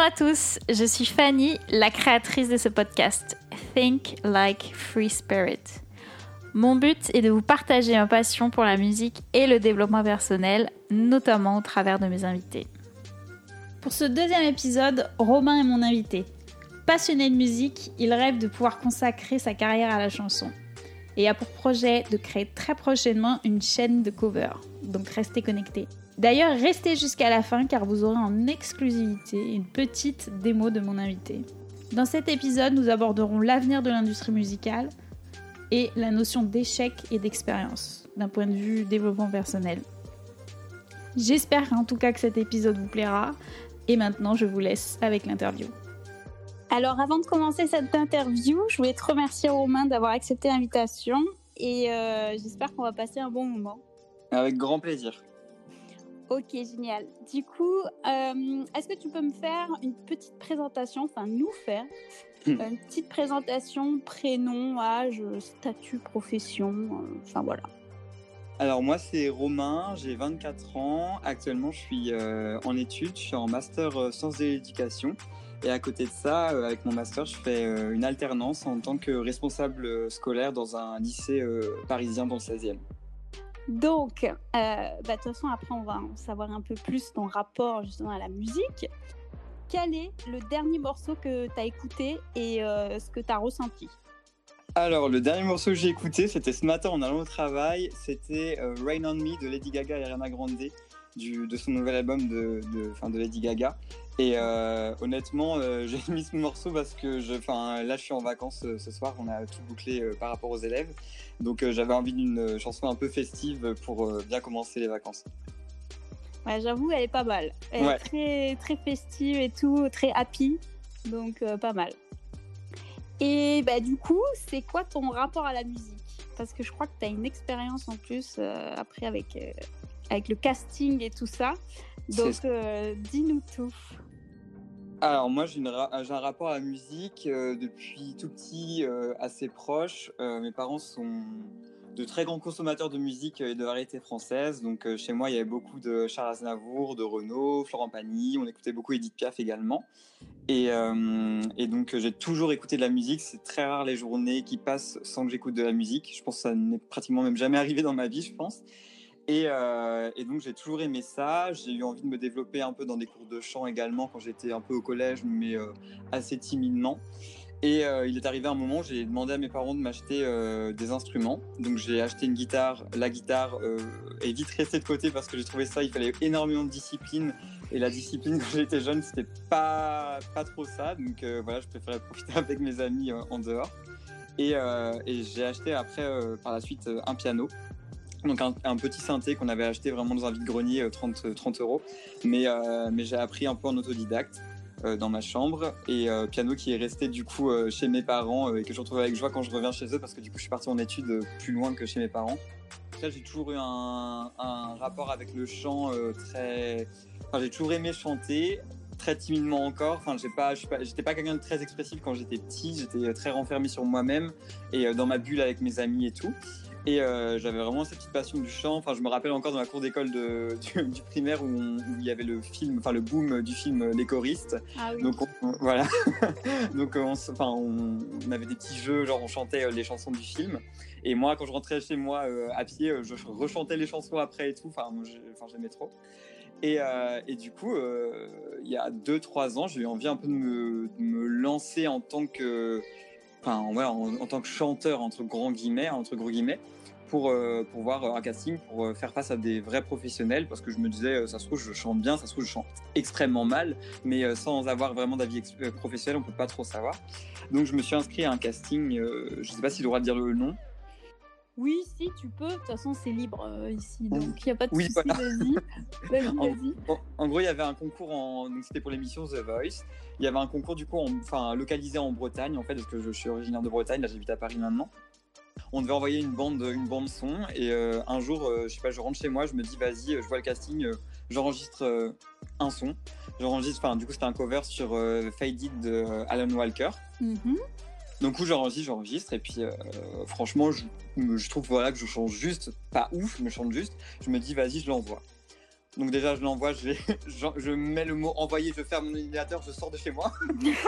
à tous, je suis Fanny, la créatrice de ce podcast Think Like Free Spirit. Mon but est de vous partager ma passion pour la musique et le développement personnel, notamment au travers de mes invités. Pour ce deuxième épisode, Romain est mon invité. Passionné de musique, il rêve de pouvoir consacrer sa carrière à la chanson et a pour projet de créer très prochainement une chaîne de cover, donc restez connectés. D'ailleurs, restez jusqu'à la fin car vous aurez en exclusivité une petite démo de mon invité. Dans cet épisode, nous aborderons l'avenir de l'industrie musicale et la notion d'échec et d'expérience d'un point de vue développement personnel. J'espère en tout cas que cet épisode vous plaira et maintenant je vous laisse avec l'interview. Alors avant de commencer cette interview, je voulais te remercier Romain d'avoir accepté l'invitation et j'espère qu'on va passer un bon moment. Avec grand plaisir. Ok, génial. Du coup, est-ce que tu peux me faire une petite présentation, enfin nous faire une petite présentation, prénom, âge, statut, profession, enfin voilà. Alors moi c'est Romain, j'ai 24 ans, actuellement je suis en études, je suis en master sciences de l'éducation et à côté de ça, avec mon master, je fais une alternance en tant que responsable scolaire dans un lycée parisien dans le 16e. Donc, de toute façon, après, on va en savoir un peu plus ton rapport justement à la musique. Quel est le dernier morceau que tu as écouté et ce que tu as ressenti ? Alors, le dernier morceau que j'ai écouté, c'était ce matin en allant au travail. C'était Rain on Me de Lady Gaga et Ariana Grande, de son nouvel album de Lady Gaga. Et honnêtement, j'ai mis ce morceau parce que là, je suis en vacances ce soir. On a tout bouclé par rapport aux élèves. Donc, j'avais envie d'une chanson un peu festive pour bien commencer les vacances. Ouais, j'avoue, elle est pas mal. Elle est très, très festive et tout, très happy. Donc, pas mal. Et du coup, c'est quoi ton rapport à la musique ? Parce que je crois que tu as une expérience en plus après avec le casting et tout ça. Donc, dis-nous tout. Alors moi j'ai un rapport à la musique depuis tout petit, assez proche. Mes parents sont de très grands consommateurs de musique et de variété française. Donc chez moi il y avait beaucoup de Charles Aznavour, de Renaud, Florent Pagny. On écoutait beaucoup Édith Piaf également. Et donc j'ai toujours écouté de la musique. C'est très rare les journées qui passent sans que j'écoute de la musique. Je pense que ça n'est pratiquement même jamais arrivé dans ma vie, je pense. Et donc j'ai toujours aimé ça. J'ai eu envie de me développer un peu dans des cours de chant également quand j'étais un peu au collège, mais assez timidement. Et il est arrivé un moment où j'ai demandé à mes parents de m'acheter des instruments. Donc j'ai acheté une guitare. La guitare est vite restée de côté parce que j'ai trouvé ça, il fallait énormément de discipline. Et la discipline quand j'étais jeune, c'était pas trop ça. Donc voilà, je préférais profiter avec mes amis en dehors. Et j'ai acheté après par la suite un piano. Donc un petit synthé qu'on avait acheté vraiment dans un vide-grenier, 30 €. Mais j'ai appris un peu en autodidacte dans ma chambre. Et piano qui est resté du coup chez mes parents et que je retrouve avec joie quand je reviens chez eux parce que du coup je suis parti en études plus loin que chez mes parents. Après, j'ai toujours eu un rapport avec le chant j'ai toujours aimé chanter. Très timidement encore. Enfin, j'étais pas quelqu'un de très expressif quand j'étais petit. J'étais très renfermé sur moi-même et dans ma bulle avec mes amis et tout. Et j'avais vraiment cette petite passion du chant. Enfin, je me rappelle encore dans la cour d'école du primaire où il y avait le boom du film Les Choristes. Ah oui. Donc voilà. Donc on avait des petits jeux, genre on chantait les chansons du film. Et moi, quand je rentrais chez moi à pied, je rechantais les chansons après et tout. J'aimais trop. Et du coup, il y a 2-3 ans, j'ai eu envie un peu de me lancer en tant que chanteur entre gros guillemets, pour voir un casting, pour faire face à des vrais professionnels, parce que je me disais, ça se trouve je chante bien, ça se trouve je chante extrêmement mal, mais sans avoir vraiment d'avis professionnel, on peut pas trop savoir. Donc je me suis inscrit à un casting, je sais pas si j'ai le droit de dire le nom. Oui, si, tu peux. De toute façon, c'est libre ici, donc il n'y a pas de souci. Voilà. Vas-y. En gros, il y avait un concours, donc c'était pour l'émission The Voice. Il y avait un concours du coup, localisé en Bretagne, en fait, parce que je suis originaire de Bretagne, là j'habite à Paris maintenant. On devait envoyer une bande son et un jour, je rentre chez moi, je me dis vas-y, je vois le casting, j'enregistre un son. Du coup c'était un cover sur Faded de Alan Walker. Mm-hmm. Donc j'enregistre et puis franchement je trouve que je chante juste, pas ouf, mais je chante juste. Je me dis vas-y, je l'envoie. Donc déjà, je l'envoie, je mets le mot envoyer, je ferme mon ordinateur, je sors de chez moi.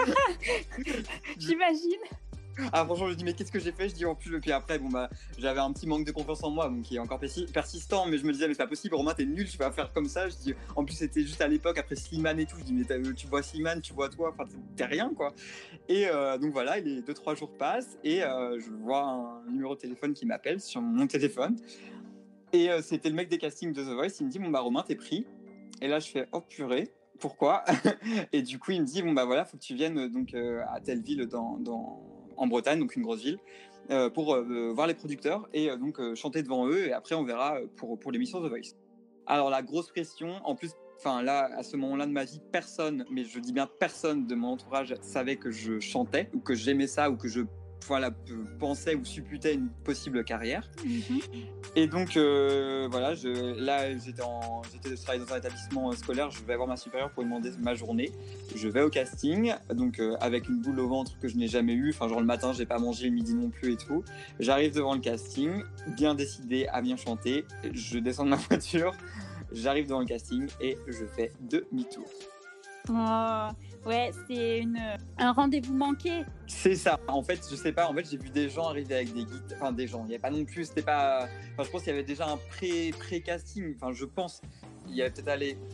J'imagine. Ah franchement, je dis mais qu'est-ce que j'ai fait? Je dis en plus, et puis après, bon bah, j'avais un petit manque de confiance en moi, donc qui est encore persistant, mais je me disais mais c'est pas possible, Romain t'es nul, tu vas faire comme ça. Je dis, en plus c'était juste à l'époque après Slimane et tout, je dis mais tu vois Slimane, tu vois toi, enfin t'es rien quoi. Et donc voilà, les 2-3 jours passent et je vois un numéro de téléphone qui m'appelle sur mon téléphone. Et c'était le mec des castings de The Voice, il me dit bon bah Romain t'es pris. Et là je fais oh purée, pourquoi? Et du coup il me dit bon bah voilà, faut que tu viennes donc à telle ville en Bretagne, donc une grosse ville, pour voir les producteurs et donc chanter devant eux, et après on verra pour l'émission The Voice. Alors la grosse pression, en plus, enfin là, à ce moment-là de ma vie, personne, mais je dis bien personne de mon entourage savait que je chantais, ou que j'aimais ça, ou que je pensais ou supputais une possible carrière. Et donc voilà, je travaillais dans un établissement scolaire, je vais voir ma supérieure pour lui demander ma journée. Je vais au casting, donc avec une boule au ventre que je n'ai jamais eue, enfin genre le matin j'ai pas mangé, le midi non plus et tout. J'arrive devant le casting, bien décidé à bien chanter, je descends de ma voiture, j'arrive devant le casting et je fais demi-tour. Oh, ouais, c'est un rendez-vous manqué. C'est ça. En fait, je sais pas. En fait, j'ai vu des gens arriver avec des guitares. Enfin, des gens. Il n'y avait pas non plus. C'était pas. Enfin, je pense qu'il y avait déjà un pré-casting. Enfin, je pense. Il y avait peut-être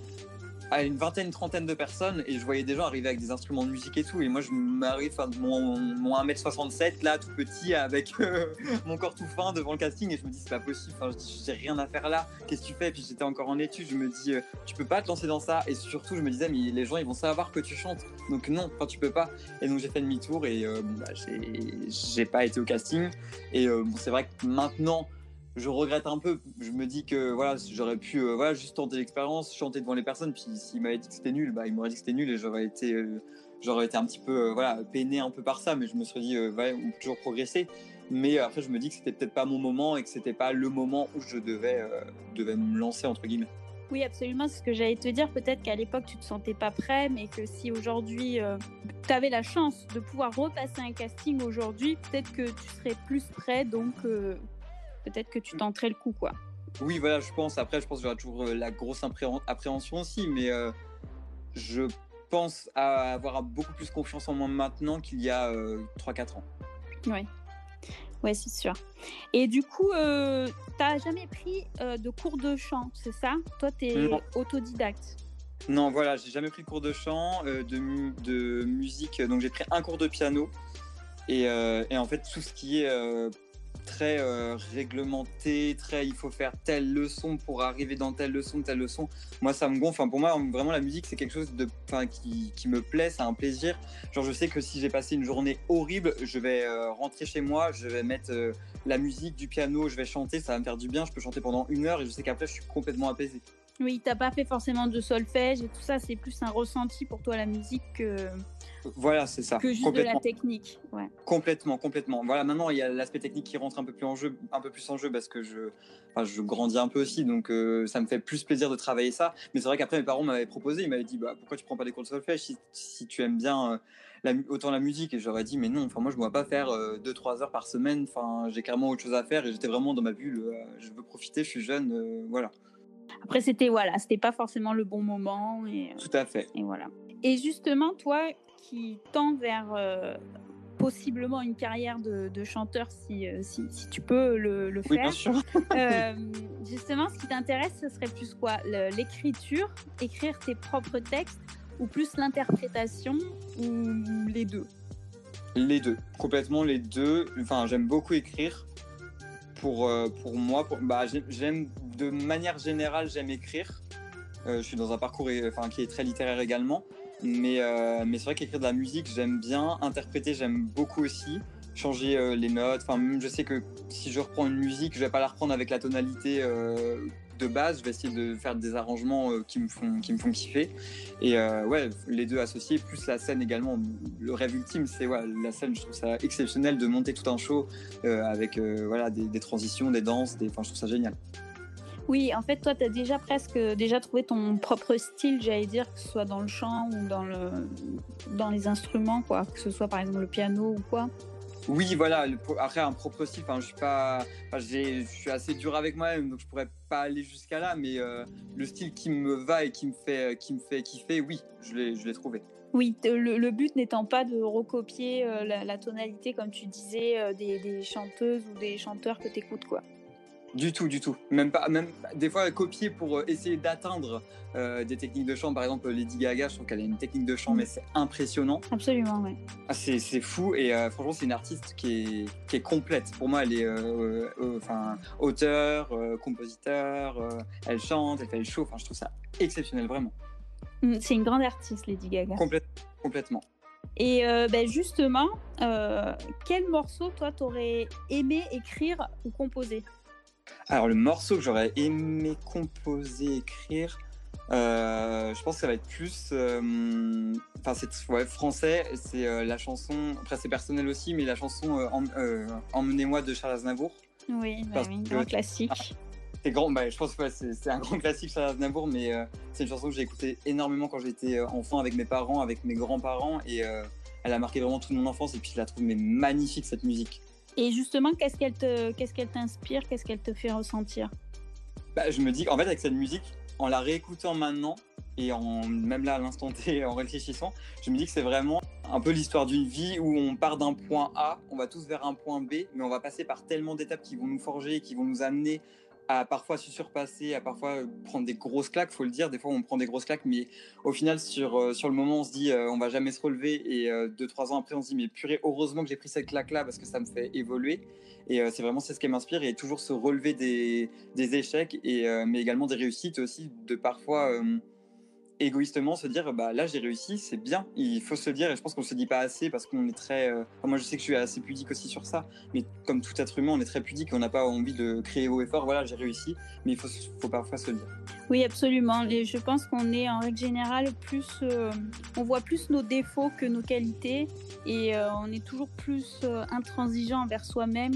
à une vingtaine, trentaine de personnes, et je voyais des gens arriver avec des instruments de musique et tout, et moi je m'arrive, enfin, mon 1m67 là, tout petit, avec mon corps tout fin devant le casting, et je me dis c'est pas possible, enfin, je dis j'ai rien à faire là, qu'est-ce que tu fais? Et puis j'étais encore en études, je me dis tu peux pas te lancer dans ça, et surtout je me disais mais les gens ils vont savoir que tu chantes, donc non, enfin tu peux pas. Et donc j'ai fait demi-tour, et j'ai pas été au casting, et bon, c'est vrai que maintenant je regrette un peu. Je me dis que voilà, j'aurais pu juste tenter l'expérience, chanter devant les personnes. Puis s'il m'avait dit que c'était nul, bah il m'aurait dit que c'était nul, et j'aurais été un petit peu peiné un peu par ça. Mais je me serais dit on peut toujours progresser. Mais après je me dis que c'était peut-être pas mon moment, et que c'était pas le moment où je devais me lancer entre guillemets. Oui, absolument, c'est ce que j'allais te dire. Peut-être qu'à l'époque, tu te sentais pas prêt, mais que si aujourd'hui, tu avais la chance de pouvoir repasser un casting aujourd'hui, peut-être que tu serais plus prêt, donc peut-être que tu tenterais le coup, quoi. Oui, voilà, je pense. Après, je pense que j'aurai toujours la grosse appréhension aussi, mais je pense avoir beaucoup plus confiance en moi maintenant qu'il y a 3-4 ans. Oui. Ouais, c'est sûr. Et du coup, t'as jamais pris de cours de chant, c'est ça? Toi, t'es autodidacte. Non, voilà, j'ai jamais pris de cours de chant, de musique. Donc j'ai pris un cours de piano, et en fait tout ce qui est très réglementé, il faut faire telle leçon pour arriver dans telle leçon. Moi, ça me gonfle. Enfin, pour moi, vraiment, la musique, c'est quelque chose qui me plaît, c'est un plaisir. Genre, je sais que si j'ai passé une journée horrible, je vais rentrer chez moi, je vais mettre la musique, du piano, je vais chanter, ça va me faire du bien. Je peux chanter pendant 1 heure, et je sais qu'après, je suis complètement apaisé. Oui, t'as pas fait forcément de solfège et tout ça, c'est plus un ressenti pour toi, la musique, que... Voilà, c'est ça. Que juste de la technique. Ouais. Complètement. Voilà, maintenant il y a l'aspect technique qui rentre un peu plus en jeu, parce que je grandis un peu aussi, donc ça me fait plus plaisir de travailler ça. Mais c'est vrai qu'après mes parents m'avaient proposé, ils m'avaient dit pourquoi tu prends pas des cours de solfège si tu aimes bien autant la musique. Et j'aurais dit mais non, enfin moi je me vois pas faire 2-3 heures par semaine. Enfin j'ai carrément autre chose à faire, et j'étais vraiment dans ma bulle. Je veux profiter, je suis jeune, voilà. Après c'était pas forcément le bon moment, et tout à fait. Et voilà. Et justement, toi qui tend vers possiblement une carrière de chanteur, si tu peux le faire. Oui, bien sûr. Justement, ce qui t'intéresse, ce serait plus quoi? L'écriture, écrire tes propres textes, ou plus l'interprétation, ou les deux? Les deux, complètement les deux. Enfin, j'aime beaucoup écrire. Pour moi, j'aime de manière générale, j'aime écrire. Je suis dans un parcours qui est très littéraire également. Mais c'est vrai qu'écrire de la musique, j'aime bien. Interpréter, j'aime beaucoup aussi. Changer les notes. Enfin, même je sais que si je reprends une musique, je vais pas la reprendre avec la tonalité de base. Je vais essayer de faire des arrangements qui me font kiffer. Et les deux associés, plus la scène également. Le rêve ultime, c'est la scène. Je trouve ça exceptionnel de monter tout un show avec des transitions, des danses. Je trouve ça génial. Oui, en fait, toi, tu as déjà trouvé ton propre style, j'allais dire, que ce soit dans le chant ou dans les instruments, quoi, que ce soit par exemple le piano ou quoi. Oui, voilà. Après, un propre style. Enfin, je suis pas. Enfin, je suis assez dur avec moi-même, donc je pourrais pas aller jusqu'à là. Mais le style qui me va et qui me fait kiffer, oui, je l'ai trouvé. Oui, le but n'étant pas de recopier la tonalité, comme tu disais, des chanteuses ou des chanteurs que tu écoutes, quoi. Du tout, du tout. Même pas, même des fois copier pour essayer d'atteindre des techniques de chant. Par exemple, Lady Gaga, je trouve qu'elle a une technique de chant, mais c'est impressionnant. Absolument, oui. Ah, c'est fou et franchement, c'est une artiste qui est complète. Pour moi, elle est auteur, compositeur, elle chante, elle fait le show. Enfin, je trouve ça exceptionnel, vraiment. C'est une grande artiste, Lady Gaga. Complètement. Et justement, quel morceau, toi, t'aurais aimé écrire ou composer ? Alors, le morceau que j'aurais aimé composer, écrire, je pense que ça va être plus. Enfin, c'est français, c'est la chanson. Après, c'est personnel aussi, mais la chanson Emmenez-moi de Charles Aznavour. Oui, grand classique. C'est grand, je pense que c'est un grand classique, Charles Aznavour, mais c'est une chanson que j'ai écoutée énormément quand j'étais enfant avec mes parents, avec mes grands-parents, et elle a marqué vraiment toute mon enfance, et puis je la trouve magnifique, cette musique. Et justement, qu'est-ce qu'elle t'inspire, qu'est-ce qu'elle te fait ressentir ? Je me dis qu'en fait, avec cette musique, en la réécoutant maintenant, et même là à l'instant T, en réfléchissant, je me dis que c'est vraiment un peu l'histoire d'une vie où on part d'un point A, on va tous vers un point B, mais on va passer par tellement d'étapes qui vont nous forger, qui vont nous amener à parfois se surpasser, à parfois prendre des grosses claques, faut le dire. Des fois, on prend des grosses claques, mais au final, sur le moment, on se dit on va jamais se relever. Et 2-3 ans après, on se dit mais purée, heureusement que j'ai pris cette claque-là parce que ça me fait évoluer. Et c'est ce qui m'inspire, et toujours se relever des échecs, mais également des réussites aussi, de parfois égoïstement se dire là j'ai réussi, c'est bien, il faut se le dire, et je pense qu'on se dit pas assez parce qu'on est très moi je sais que je suis assez pudique aussi sur ça, mais comme tout être humain on est très pudique et on n'a pas envie de crier haut et fort voilà j'ai réussi, mais il faut parfois se le dire. Oui, absolument, et je pense qu'on est en règle générale plus on voit plus nos défauts que nos qualités, et on est toujours plus intransigeant envers soi-même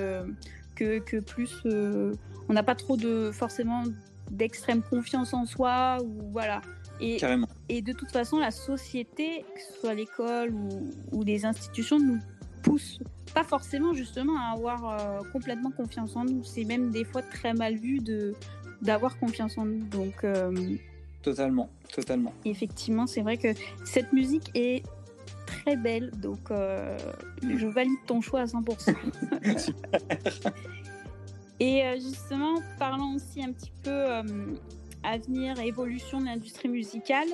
que plus on n'a pas trop forcément d'extrême confiance en soi, ou voilà. Carrément. Et de toute façon, la société, que ce soit l'école ou les institutions, nous pousse pas forcément justement à avoir complètement confiance en nous. C'est même des fois très mal vu d'avoir confiance en nous. Donc, Totalement. effectivement, c'est vrai que cette musique est très belle. Donc, je valide ton choix à 100%. Et justement, parlons aussi un petit peu avenir et évolution de l'industrie musicale.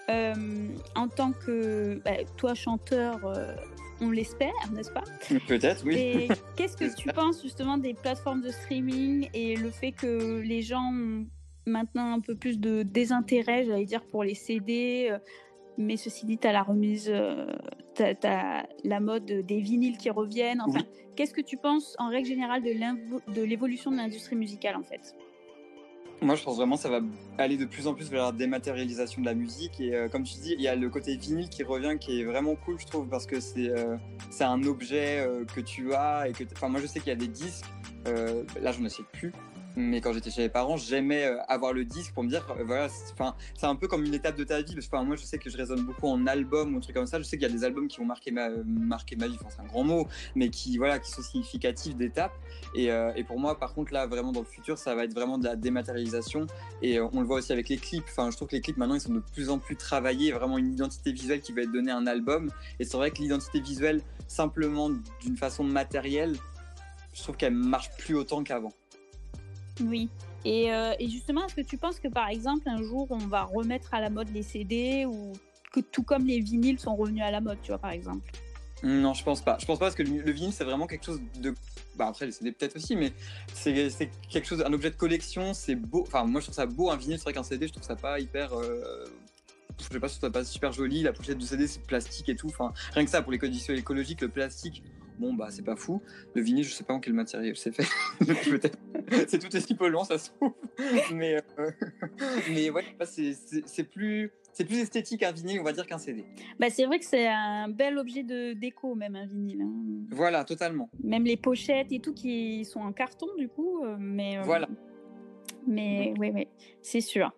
En tant que toi chanteur, on l'espère, n'est-ce pas ? Peut-être, oui. Et qu'est-ce que tu penses justement des plateformes de streaming et le fait que les gens ont maintenant un peu plus de désintérêt, j'allais dire, pour les CD, mais ceci dit, tu as la remise, t'as la mode des vinyles qui reviennent. Enfin, oui. Qu'est-ce que tu penses en règle générale de l'évolution de l'industrie musicale en fait ? Moi, je pense vraiment que ça va aller de plus en plus vers la dématérialisation de la musique. Et comme tu dis, il y a le côté vinyle qui revient, qui est vraiment cool, je trouve, parce que c'est un objet que tu as. Moi, je sais qu'il y a des disques. Là, j'en achète plus. Mais quand j'étais chez mes parents, j'aimais avoir le disque pour me dire, voilà, c'est un peu comme une étape de ta vie. Parce que moi, je sais que je raisonne beaucoup en album ou un truc comme ça. Je sais qu'il y a des albums qui vont marquer ma vie. Enfin, c'est un grand mot, mais qui sont significatifs d'étapes. Et pour moi, par contre, là, vraiment dans le futur, ça va être vraiment de la dématérialisation. Et on le voit aussi avec les clips. Enfin, je trouve que les clips maintenant, ils sont de plus en plus travaillés. Vraiment une identité visuelle qui va être donnée à un album. Et c'est vrai que l'identité visuelle, simplement d'une façon matérielle, je trouve qu'elle marche plus autant qu'avant. Oui, et justement, est-ce que tu penses que par exemple un jour on va remettre à la mode les CD, ou que tout comme les vinyles sont revenus à la mode, tu vois, par exemple ? Non, je pense pas. Je pense pas parce que le vinyle c'est vraiment quelque chose de. Après les CD peut-être aussi, mais c'est quelque chose, un objet de collection. C'est beau. Enfin, moi je trouve ça beau un vinyle. C'est vrai qu'un CD, je trouve ça pas hyper. Je sais pas, je trouve ça pas super joli. La pochette du CD c'est plastique et tout. Enfin, rien que ça pour les conditions écologiques, le plastique. Bon c'est pas fou. Le vinyle, je sais pas en quel matériel c'est fait. Peut-être. C'est tout aussi polluant, ça se trouve. Mais ouais, c'est plus esthétique un vinyle, on va dire, qu'un CD. C'est vrai que c'est un bel objet de déco, même un vinyle. Hein. Voilà, totalement. Même les pochettes et tout qui sont en carton, du coup. Voilà. Mais oui, c'est sûr.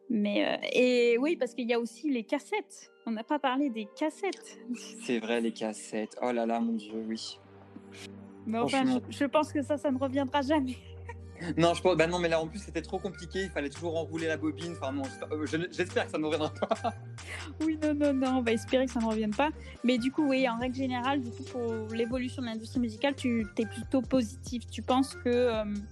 Et oui, parce qu'il y a aussi les cassettes. On n'a pas parlé des cassettes. C'est vrai, les cassettes. Oh là là, mon Dieu, oui. Mais enfin, je pense que ça ne reviendra jamais. Non, je pense. Bah non, mais là en plus c'était trop compliqué. Il fallait toujours enrouler la bobine. Enfin non, j'espère que ça ne reviendra pas. Oui, non. On va espérer que ça ne revienne pas. Mais du coup, oui, en règle générale, du coup, pour l'évolution de l'industrie musicale, tu es plutôt positif. Tu penses que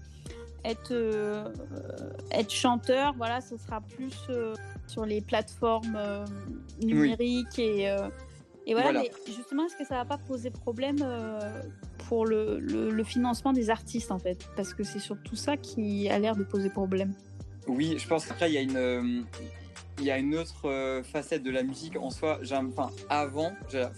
être chanteur, voilà, ce sera plus sur les plateformes numériques et voilà. Mais justement, est-ce que ça va pas poser problème pour le financement des artistes en fait, parce que c'est surtout ça qui a l'air de poser problème. Oui, je pense qu'après il y a une autre facette de la musique en soi. Avant,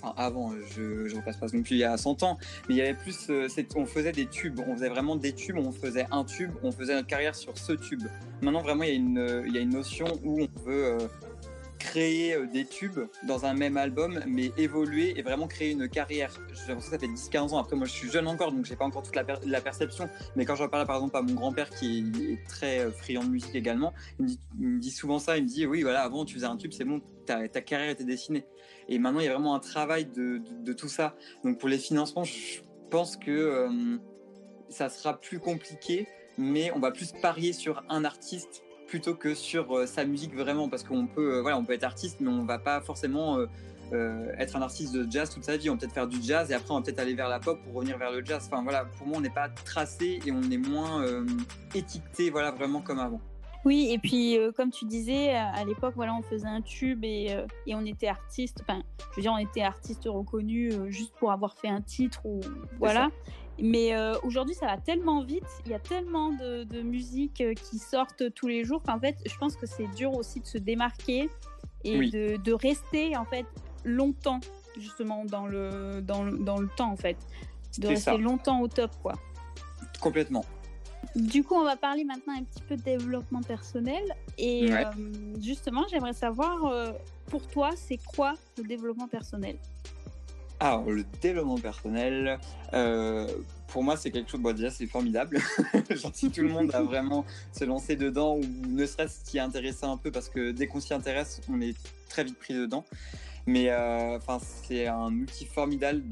je repasse pas non plus il y a 100 ans, mais il y avait plus, on faisait des tubes, on faisait vraiment des tubes, on faisait un tube, on faisait notre carrière sur ce tube. Maintenant vraiment il y a une notion où on veut créer des tubes dans un même album, mais évoluer et vraiment créer une carrière. J'ai l'impression que ça fait 10-15 ans. Après, moi, je suis jeune encore, donc j'ai pas encore toute la perception. Mais quand j'en parle, par exemple, à mon grand-père, qui est très friand de musique également, il me dit souvent ça. Il me dit, oui, voilà, avant, tu faisais un tube, c'est bon, ta carrière était dessinée. Et maintenant, il y a vraiment un travail de tout ça. Donc, pour les financements, je pense que ça sera plus compliqué, mais on va plus parier sur un artiste plutôt que sur sa musique vraiment, parce qu'on peut, on peut être artiste, mais on va pas forcément être un artiste de jazz toute sa vie. On va peut-être faire du jazz et après on va peut-être aller vers la pop pour revenir vers le jazz. Enfin voilà, pour moi on n'est pas tracé et on est moins étiqueté, voilà, vraiment comme avant. Oui, et puis comme tu disais, à l'époque, voilà, on faisait un tube et on était artiste. Enfin, je veux dire, on était artiste reconnu juste pour avoir fait un titre ou voilà. Mais aujourd'hui, ça va tellement vite. Il y a tellement de musique qui sortent tous les jours qu'en fait, je pense que c'est dur aussi de se démarquer et de rester en fait longtemps justement dans le temps en fait, de rester longtemps au top quoi. Complètement. Du coup, on va parler maintenant un petit peu de développement personnel. Et justement, j'aimerais savoir, pour toi, c'est quoi le développement personnel ? Alors, le développement personnel, pour moi, c'est quelque chose... Bon, déjà, c'est formidable. J'incite tout le monde à vraiment se lancer dedans ou ne serait-ce s'y intéresser un peu parce que dès qu'on s'y intéresse, on est très vite pris dedans. Mais c'est un outil formidable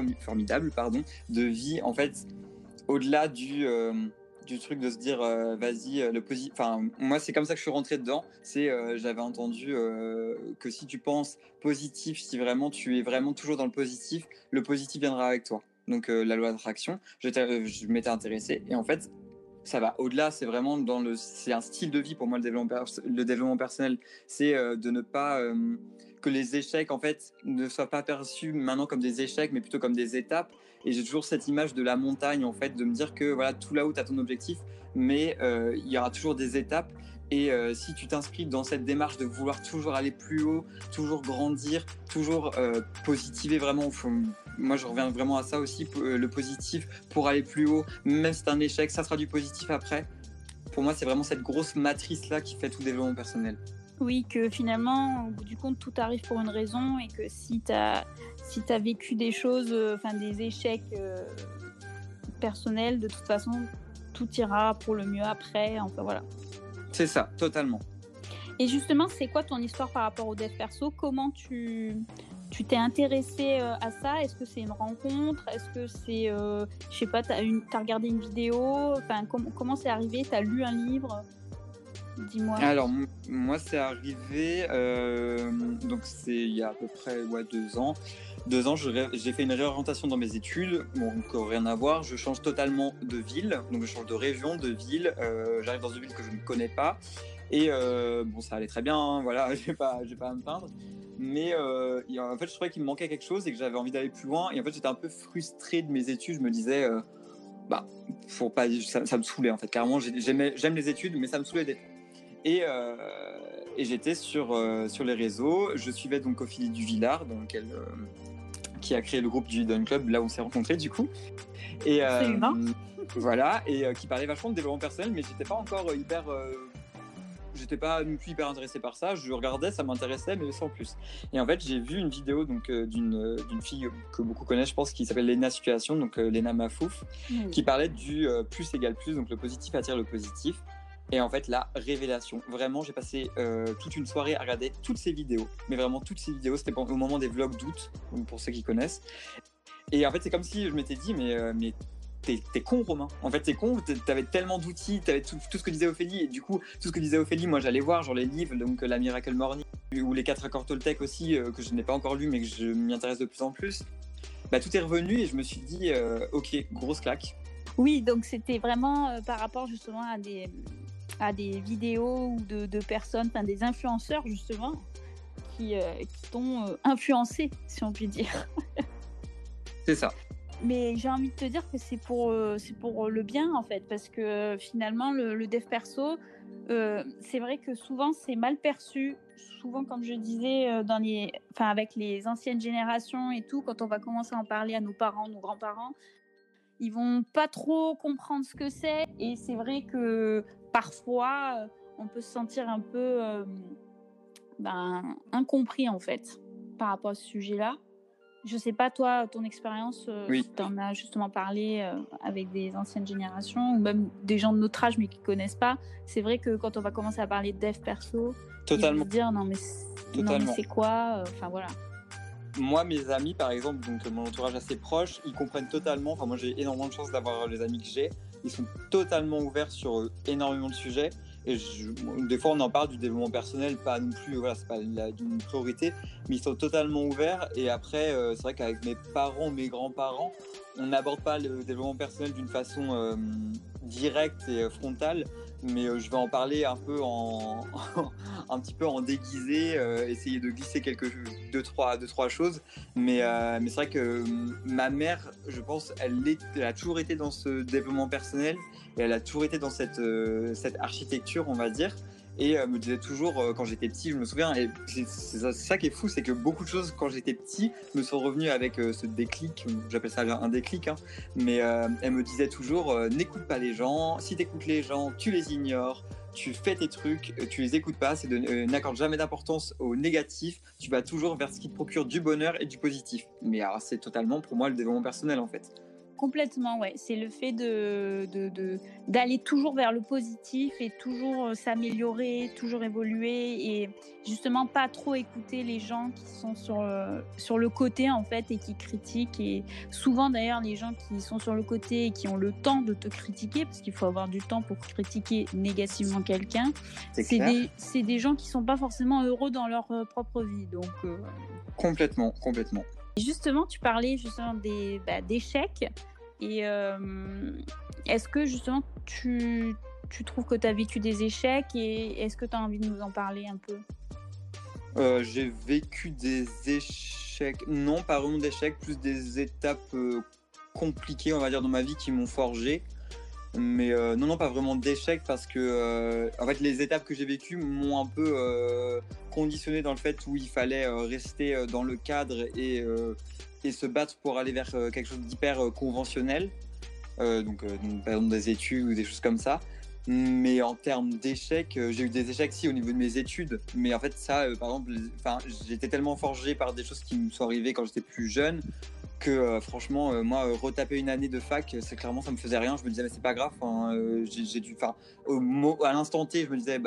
de vie. En fait, au-delà du truc de se dire vas-y moi c'est comme ça que je suis rentré dedans, j'avais entendu que si tu penses positif, si vraiment tu es vraiment toujours dans le positif viendra avec toi, donc la loi d'attraction. Je m'étais intéressé et en fait ça va au-delà, c'est un style de vie pour moi. Le développement personnel, c'est de ne pas que les échecs en fait ne soient pas perçus maintenant comme des échecs mais plutôt comme des étapes. Et j'ai toujours cette image de la montagne en fait, de me dire que voilà, tout là-haut tu as ton objectif, mais il y aura toujours des étapes. Et si tu t'inscris dans cette démarche de vouloir toujours aller plus haut, toujours grandir, toujours positiver vraiment, moi je reviens vraiment à ça aussi, le positif pour aller plus haut, même si c'est un échec, ça sera du positif après. Pour moi c'est vraiment cette grosse matrice là qui fait tout développement personnel. Oui, que finalement au bout du compte tout arrive pour une raison et que si t'as vécu des choses, des échecs personnels, de toute façon tout ira pour le mieux après, enfin voilà. C'est ça, totalement. Et justement, c'est quoi ton histoire par rapport au dev perso ? Comment tu t'es intéressé à ça ? Est-ce que c'est une rencontre ? Est-ce que c'est, je sais pas, t'as regardé une vidéo ? Enfin, comment c'est arrivé ? T'as lu un livre ? Dis-moi. Alors, moi, c'est arrivé, donc c'est il y a à peu près 2 ans. 2 ans, j'ai fait une réorientation dans mes études, bon, donc rien à voir. Je change totalement de ville, donc je change de région, de ville. J'arrive dans une ville que je ne connais pas. Et ça allait très bien, hein, voilà, j'ai pas à me plaindre. Mais en fait, je trouvais qu'il me manquait quelque chose et que j'avais envie d'aller plus loin. Et en fait, j'étais un peu frustré de mes études. Je me disais, ça me saoulait en fait. Carrément, j'aime les études, mais ça me saoulait d'être. Et j'étais sur les réseaux. Je suivais donc Ophélie Duvillard, qui a créé le groupe du Hidden Club, là où on s'est rencontrés du coup. Et voilà, et qui parlait vachement de développement personnel, mais j'étais pas encore j'étais pas non plus hyper intéressé par ça. Je regardais, ça m'intéressait, mais sans plus. Et en fait, j'ai vu une vidéo d'une fille que beaucoup connaissent, je pense, qui s'appelle Léna Situation, donc Léna Mafouf, qui parlait du plus égale plus, donc le positif attire le positif. Et en fait, la révélation. Vraiment, j'ai passé toute une soirée à regarder toutes ces vidéos. Mais vraiment, toutes ces vidéos, c'était au moment des vlogs d'août, pour ceux qui connaissent. Et en fait, c'est comme si je m'étais dit, mais t'es con, Romain. En fait, t'es con, t'avais tellement d'outils, t'avais tout ce que disait Ophélie. Et du coup, tout ce que disait Ophélie, moi, j'allais voir, genre les livres, donc la Miracle Morning, ou les 4 accords Toltec aussi, que je n'ai pas encore lu, mais que je m'y intéresse de plus en plus. Bah, tout est revenu et je me suis dit, ok, grosse claque. Oui, donc c'était vraiment par rapport justement à des vidéos ou de personnes, enfin des influenceurs justement, qui t'ont influencé, si on peut dire. C'est ça. Mais j'ai envie de te dire que c'est pour le bien en fait, parce que finalement le dev perso, c'est vrai que souvent c'est mal perçu. Souvent, comme je disais, avec les anciennes générations et tout, quand on va commencer à en parler à nos parents, nos grands-parents, ils vont pas trop comprendre ce que c'est. Et c'est vrai que parfois, on peut se sentir un peu incompris en fait par rapport à ce sujet-là. Je sais pas, toi, ton expérience, Oui. si tu en as justement parlé avec des anciennes générations ou même des gens de notre âge mais qui connaissent pas. C'est vrai que quand on va commencer à parler de dev perso, Totalement. ils vont se dire non mais c'est quoi, enfin voilà. Moi, mes amis, par exemple, donc mon entourage assez proche, ils comprennent totalement. Enfin, moi, j'ai énormément de chance d'avoir les amis que j'ai. Ils sont totalement ouverts sur énormément de sujets. Et des fois, on en parle du développement personnel, pas non plus, voilà, c'est pas une priorité, mais ils sont totalement ouverts. Et après, c'est vrai qu'avec mes parents, mes grands-parents, on n'aborde pas le développement personnel d'une façon directe et frontale, mais je vais en parler un peu un petit peu en déguisé, essayer de glisser deux, trois choses. Mais c'est vrai que ma mère, je pense, elle a toujours été dans ce développement personnel et elle a toujours été dans cette architecture, on va dire. Et me disait toujours, quand j'étais petit, je me souviens, et c'est ça qui est fou, c'est que beaucoup de choses, quand j'étais petit, me sont revenues avec ce déclic, j'appelle ça un déclic, hein, mais elle me disait toujours, n'écoute pas les gens, si t'écoutes les gens, tu les ignores, tu fais tes trucs, tu les écoutes pas, n'accorde jamais d'importance au négatif, tu vas toujours vers ce qui te procure du bonheur et du positif. Mais alors, c'est totalement pour moi le développement personnel en fait. Complètement, ouais. C'est le fait d'aller toujours vers le positif et toujours s'améliorer, toujours évoluer et justement pas trop écouter les gens qui sont sur le côté en fait et qui critiquent. Et souvent d'ailleurs, les gens qui sont sur le côté et qui ont le temps de te critiquer, parce qu'il faut avoir du temps pour critiquer négativement quelqu'un, c'est des gens qui sont pas forcément heureux dans leur propre vie. Donc complètement. Justement, tu parlais justement d'échecs. Et est-ce que justement tu trouves que tu as vécu des échecs et est-ce que tu as envie de nous en parler un peu ? J'ai vécu des échecs, non pas vraiment d'échecs, plus des étapes compliquées on va dire dans ma vie qui m'ont forgé. Mais non, pas vraiment d'échecs parce que en fait les étapes que j'ai vécues m'ont un peu conditionné dans le fait où il fallait rester dans le cadre et se battre pour aller vers quelque chose d'hyper conventionnel, donc par exemple des études ou des choses comme ça. Mais en termes d'échecs, j'ai eu des échecs si au niveau de mes études, mais en fait ça, par exemple, j'étais tellement forgé par des choses qui me sont arrivées quand j'étais plus jeune que franchement, moi, retaper une année de fac, c'est clairement ça me faisait rien. Je me disais mais c'est pas grave. J'ai dû, à l'instant T, je me disais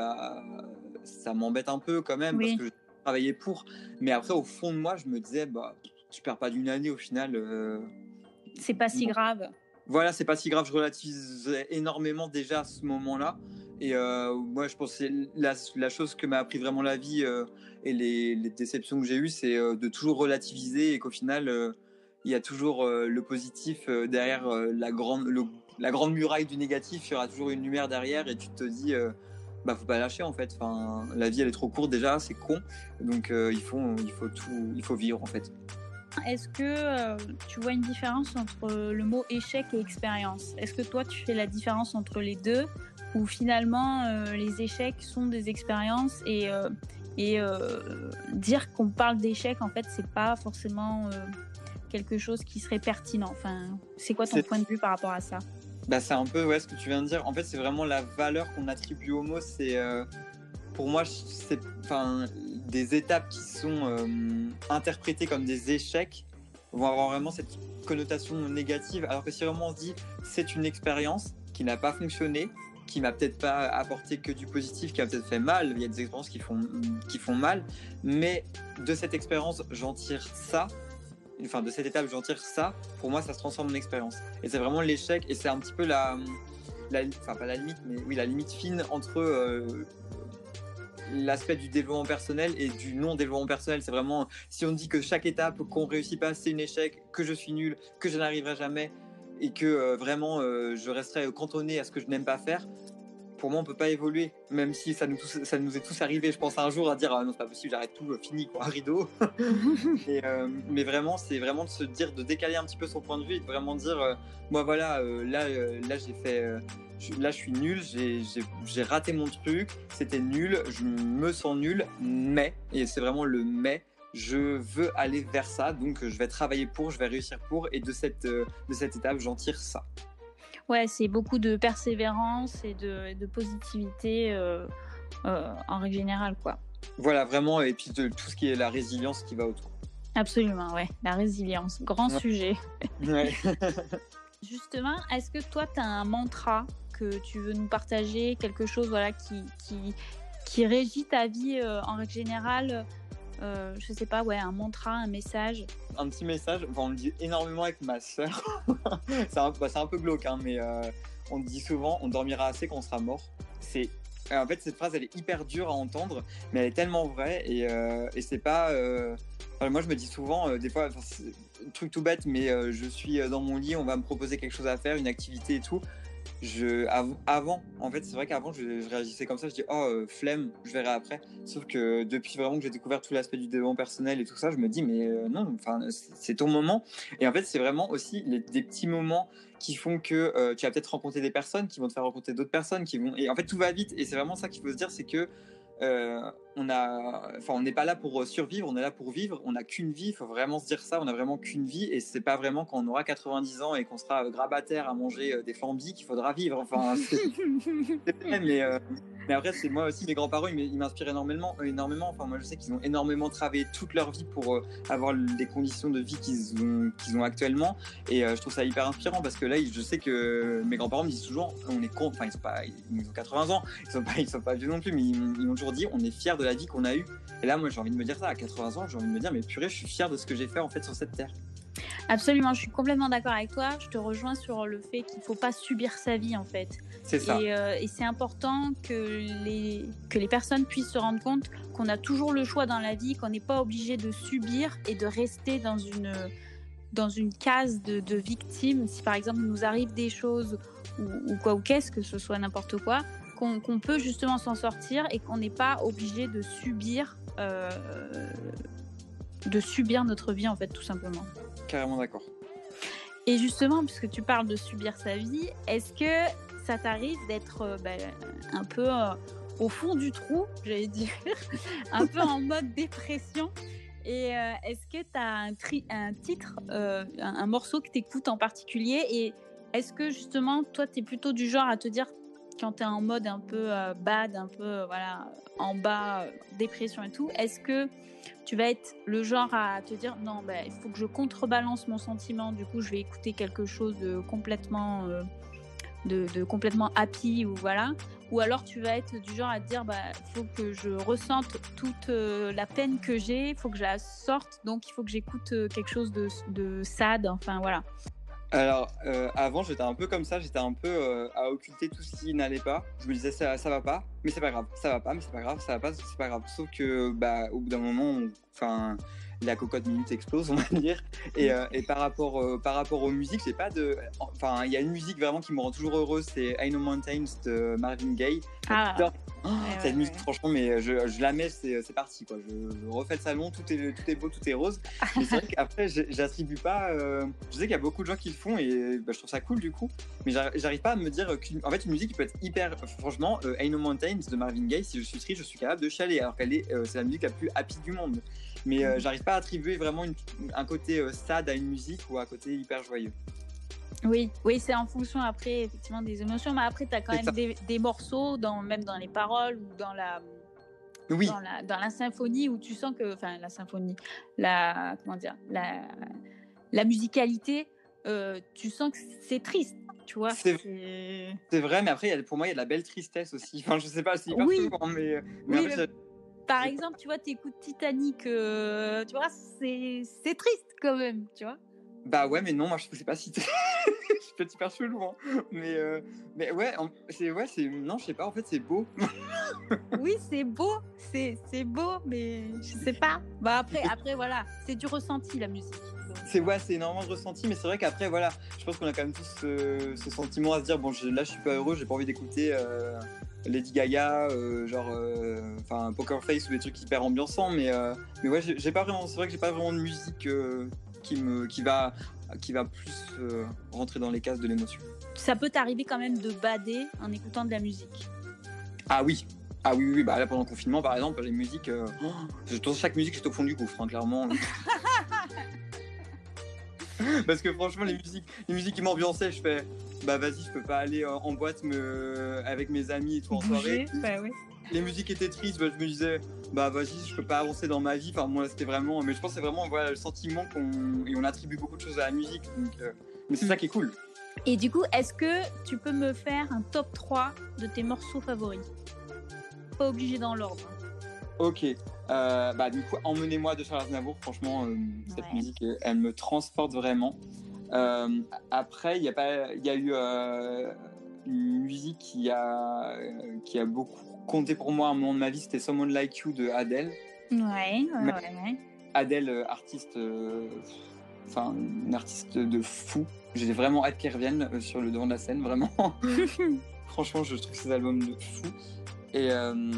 ça m'embête un peu quand même parce que je travaillais pour. Mais après au fond de moi, je me disais je perds pas d'une année au final. C'est pas si grave. Voilà, c'est pas si grave. Je relativisais énormément déjà à ce moment-là. Et moi, je pense que la chose que m'a appris vraiment la vie et les déceptions que j'ai eues, c'est de toujours relativiser et qu'au final, il y a toujours le positif derrière la grande muraille du négatif. Il y aura toujours une lumière derrière et tu te dis, faut pas lâcher en fait. Enfin, la vie, elle est trop courte déjà, c'est con. Donc il faut vivre en fait. Est-ce que tu vois une différence entre le mot échec et expérience ? Est-ce que toi, tu fais la différence entre les deux ou finalement les échecs sont des expériences et dire qu'on parle d'échec, en fait, c'est pas forcément quelque chose qui serait pertinent. Enfin, c'est quoi ton point de vue par rapport à ça ? C'est un peu ce que tu viens de dire. En fait, c'est vraiment la valeur qu'on attribue au mot. C'est pour moi, c'est des étapes qui sont interprétées comme des échecs vont avoir vraiment cette connotation négative. Alors que si vraiment on se dit c'est une expérience qui n'a pas fonctionné, qui m'a peut-être pas apporté que du positif, qui a peut-être fait mal. Il y a des expériences qui font mal, mais de cette expérience, j'en tire ça. enfin de cette étape, j'en tire ça. Pour moi, ça se transforme en expérience. Et c'est vraiment l'échec. Et c'est un petit peu enfin pas la limite, mais oui, la limite fine entre l'aspect du développement personnel et du non-développement personnel. C'est vraiment, si on dit que chaque étape qu'on réussit pas, c'est un échec, que je suis nul, que je n'arriverai jamais, et que vraiment je resterai cantonné à ce que je n'aime pas faire, pour moi on peut pas évoluer, même si ça nous est tous arrivé, je pense, un jour à dire non, c'est pas possible, j'arrête tout, fini quoi, rideau. Mais vraiment, c'est vraiment de se dire, de décaler un petit peu son point de vue et de vraiment dire moi voilà, là j'ai fait là je suis nul, j'ai raté mon truc, c'était nul, je me sens nul, mais, et c'est vraiment le mais, je veux aller vers ça, donc je vais travailler pour, je vais réussir pour, et de cette étape j'en tire ça. Ouais, c'est beaucoup de persévérance et de positivité en règle générale, quoi. Voilà, vraiment, et puis de tout ce qui est la résilience qui va autour. Absolument, ouais, la résilience, grand sujet. Ouais. Justement, est-ce que toi, tu as un mantra que tu veux nous partager, quelque chose voilà, qui régit ta vie en règle générale, je sais pas, ouais, un mantra, un message? Un petit message, enfin, on le dit énormément avec ma sœur. c'est un peu glauque, hein, mais on dit souvent, on dormira assez quand on sera mort. En fait, cette phrase, elle est hyper dure à entendre, mais elle est tellement vraie, et c'est pas... moi, je me dis souvent, des fois, truc tout bête, mais je suis dans mon lit, on va me proposer quelque chose à faire, une activité et tout. Avant, en fait, c'est vrai qu'avant, je réagissais comme ça, je dis flemme, je verrai après. Sauf que depuis vraiment que j'ai découvert tout l'aspect du développement personnel et tout ça, je me dis mais non, enfin c'est ton moment. Et en fait, c'est vraiment aussi des petits moments qui font que tu vas peut-être rencontrer des personnes qui vont te faire rencontrer d'autres personnes et en fait tout va vite. Et c'est vraiment ça qu'il faut se dire, c'est que on n'est pas là pour survivre, on est là pour vivre. On n'a qu'une vie, il faut vraiment se dire ça. On a vraiment qu'une vie, et c'est pas vraiment quand on aura 90 ans et qu'on sera grabataire à manger des flambis qu'il faudra vivre. Enfin, c'est vrai, mais après, c'est moi aussi, mes grands-parents, ils m'inspirent énormément. Enfin, moi, je sais qu'ils ont énormément travaillé toute leur vie pour avoir les conditions de vie qu'ils ont actuellement, et je trouve ça hyper inspirant, parce que là, je sais que mes grands-parents me disent toujours, on est con. Enfin, ils ont 80 ans, ils sont pas vieux non plus, mais ils m'ont toujours dit, on est fiers de la vie qu'on a eue. Et là, moi, j'ai envie de me dire ça, à 80 ans, j'ai envie de me dire, mais purée, je suis fier de ce que j'ai fait en fait sur cette terre. Absolument, je suis complètement d'accord avec toi. Je te rejoins sur le fait qu'il ne faut pas subir sa vie, en fait. C'est ça. Et c'est important que les personnes puissent se rendre compte qu'on a toujours le choix dans la vie, qu'on n'est pas obligé de subir et de rester dans une case de victime. Si par exemple il nous arrive des choses ou qu'est-ce que ce soit, n'importe quoi, qu'on peut justement s'en sortir, et qu'on n'est pas obligé de subir notre vie, en fait, tout simplement. Carrément d'accord. Et justement, puisque tu parles de subir sa vie, est-ce que ça t'arrive d'être un peu au fond du trou, j'allais dire, un peu en mode dépression? Et est-ce que tu as un titre, un morceau que tu écoutes en particulier? Et est-ce que justement, toi, tu es plutôt du genre à te dire, quand tu es en mode un peu bad, un peu voilà, en bas, dépression et tout, est-ce que tu vas être le genre à te dire non, il faut que je contrebalance mon sentiment, du coup je vais écouter quelque chose de complètement complètement happy, ou voilà, ou alors tu vas être du genre à te dire faut que je ressente toute la peine que j'ai, il faut que je la sorte, donc il faut que j'écoute quelque chose de sad, enfin voilà. Alors, avant, j'étais un peu comme ça, j'étais un peu à occulter tout ce qui n'allait pas. Je me disais, ça va pas, mais c'est pas grave, ça va pas, mais c'est pas grave, ça va pas, c'est pas grave. Sauf que, au bout d'un moment, la cocotte minute explose, on va dire. Et par rapport aux musiques, j'ai pas de. Enfin, il y a une musique vraiment qui me rend toujours heureuse, c'est I Know Mountains de Marvin Gaye. Cette musique, franchement, mais je la mets, c'est parti, quoi. Je refais le salon, tout est beau, tout est rose. Mais c'est vrai qu'après, j'attribue pas. Je sais qu'il y a beaucoup de gens qui le font, et je trouve ça cool du coup. Mais j'arrive pas à me dire qu'en fait, une musique qui peut être hyper. Franchement, I Know Mountains de Marvin Gaye, si je suis triste, je suis capable de chialer, alors qu'elle c'est la musique la plus happy du monde. Mais j'arrive pas à attribuer vraiment un côté sad à une musique, ou un côté hyper joyeux. Oui, c'est en fonction après effectivement des émotions, mais après tu as quand même des morceaux même dans les paroles ou dans la symphonie, où tu sens que la symphonie, la musicalité, tu sens que c'est triste, tu vois. C'est vrai, mais après pour moi il y a de la belle tristesse aussi. Enfin, je sais pas, c'est hyper souvent, mais par exemple, tu vois, t'écoutes Titanic, tu vois, c'est triste quand même, tu vois. Bah ouais, mais non, moi je trouve que c'est pas si. Je suis peut-être hyper chelou, hein. Mais ouais, non, je sais pas, en fait, c'est beau. Oui, c'est beau, c'est beau, mais je sais pas. Bah après, voilà, c'est du ressenti la musique. Donc. C'est énormément de ressenti, mais c'est vrai qu'après, voilà, je pense qu'on a quand même tous ce sentiment à se dire, bon, là, je suis pas heureux, j'ai pas envie d'écouter Lady Gaga, Poker Face ou des trucs hyper ambiançants, mais ouais, j'ai pas vraiment, c'est vrai que j'ai pas vraiment de musique qui va plus rentrer dans les cases de l'émotion. Ça peut t'arriver quand même de bader en écoutant de la musique. Ah oui, bah là pendant le confinement par exemple, les musiques, chaque musique j'étais au fond du gouffre, hein, clairement. Parce que franchement les musiques qui m'ambiançaient, je fais bah vas-y, je peux pas aller en boîte avec mes amis et tout en soirée. Bah ouais. Les musiques étaient tristes, bah, je me disais bah vas-y, je peux pas avancer dans ma vie. Enfin moi c'était vraiment, mais je pense que c'est vraiment voilà, le sentiment on attribue beaucoup de choses à la musique, donc mais c'est ça qui est cool. Et du coup, est-ce que tu peux me faire un top 3 de tes morceaux favoris? Pas obligé dans l'ordre. Ok, bah du coup Emmenez-moi de Charles Aznavour, franchement cette musique elle me transporte vraiment. Après il y a eu une musique qui a beaucoup compté pour moi à un moment de ma vie, c'était Someone Like You de Adele. Ouais. Adele, artiste, une artiste de fou. J'ai vraiment hâte qu'elle revienne sur le devant de la scène, vraiment. Franchement, je trouve ces albums de fou. Et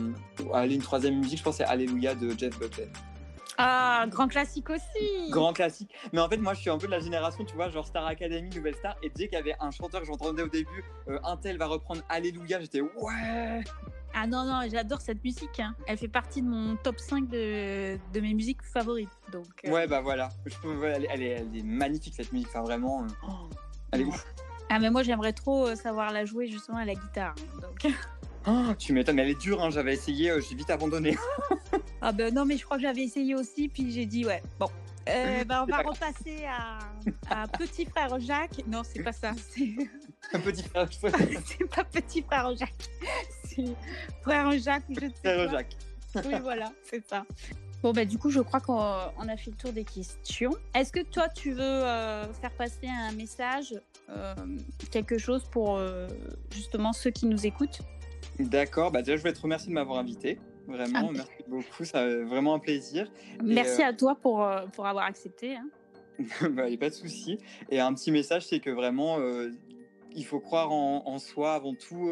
une troisième musique, je pense, c'est Alléluia de Jeff Buckley. Ah, grand classique aussi. Grand classique. Mais en fait, moi, je suis un peu de la génération, tu vois, genre Star Academy, Nouvelle Star. Et dès qu'il y avait un chanteur que j'entendais au début, un tel va reprendre Alléluia, j'étais ouais. Ah non, j'adore cette musique. Hein. Elle fait partie de mon top 5 de mes musiques favorites. Donc, ouais, bah voilà. Elle est magnifique cette musique. Enfin, vraiment, elle est ouf. Ah, mais moi, j'aimerais trop savoir la jouer justement à la guitare. Donc... tu m'étonnes, mais elle est dure, hein. J'avais essayé, j'ai vite abandonné. Ah ben non, mais je crois que j'avais essayé aussi, puis j'ai dit ouais, bon. On va repasser à Petit Frère Jacques. Non, c'est pas ça. C'est un Petit Frère. C'est pas Petit Frère Jacques. C'est Frère Jacques ou je ne sais pas. Frère Jacques. Oui, voilà, c'est ça. Bon, bah, du coup, je crois qu'on a fait le tour des questions. Est-ce que toi, tu veux faire passer un message, quelque chose pour justement ceux qui nous écoutent? D'accord, bah déjà, je voulais te remercier de m'avoir invité. Vraiment, merci beaucoup, ça vraiment un plaisir. Merci à toi pour avoir accepté. Hein. Bah, il n'y a pas de souci. Et un petit message, c'est que vraiment, il faut croire en soi avant tout.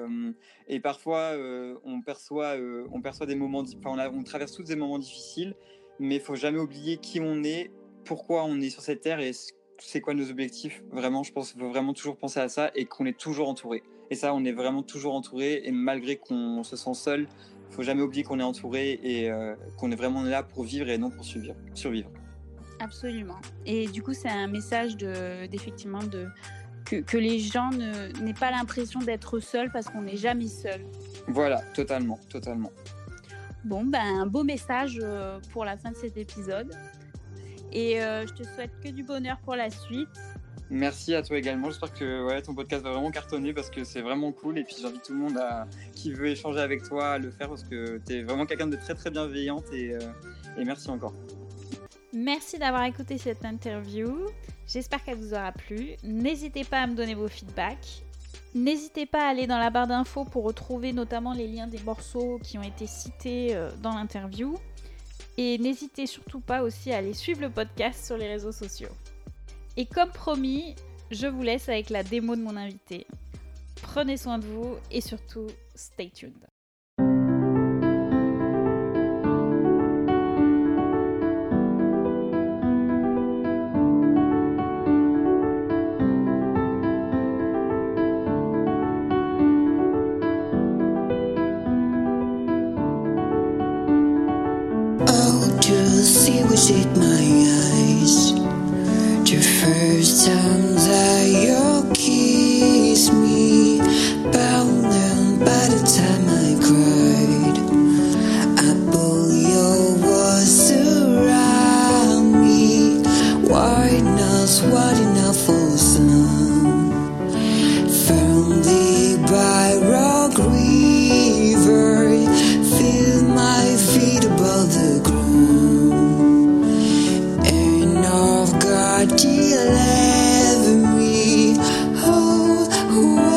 Et parfois, on perçoit des moments, on traverse tous des moments difficiles, mais il ne faut jamais oublier qui on est, pourquoi on est sur cette terre et c'est quoi nos objectifs. Vraiment, je pense qu'il faut vraiment toujours penser à ça et qu'on est toujours entouré. Et ça, on est vraiment toujours entouré. Et malgré qu'on se sent seul, il ne faut jamais oublier qu'on est entouré et qu'on est vraiment là pour vivre et non pour survivre. Absolument. Et du coup, c'est un message d'effectivement que les gens n'aient pas l'impression d'être seuls parce qu'on n'est jamais seul. Voilà, totalement. Bon, un beau message pour la fin de cet épisode. Et je te souhaite que du bonheur pour la suite. Merci à toi également. J'espère que ton podcast va vraiment cartonner parce que c'est vraiment cool. Et puis j'invite tout le monde qui veut échanger avec toi à le faire parce que tu es vraiment quelqu'un de très très bienveillante et merci encore. Merci d'avoir écouté cette interview. J'espère qu'elle vous aura plu. N'hésitez pas à me donner vos feedbacks. N'hésitez pas à aller dans la barre d'infos pour retrouver notamment les liens des morceaux qui ont été cités dans l'interview. Et n'hésitez surtout pas aussi à aller suivre le podcast sur les réseaux sociaux. Et comme promis, je vous laisse avec la démo de mon invité. Prenez soin de vous et surtout, stay tuned. Oh, just see what hit my eyes. The first time that you kissed me, bound by the time I cried, I pull your walls around me. Why not what enough for some? From the Byrock River, feel my feet. Whoa.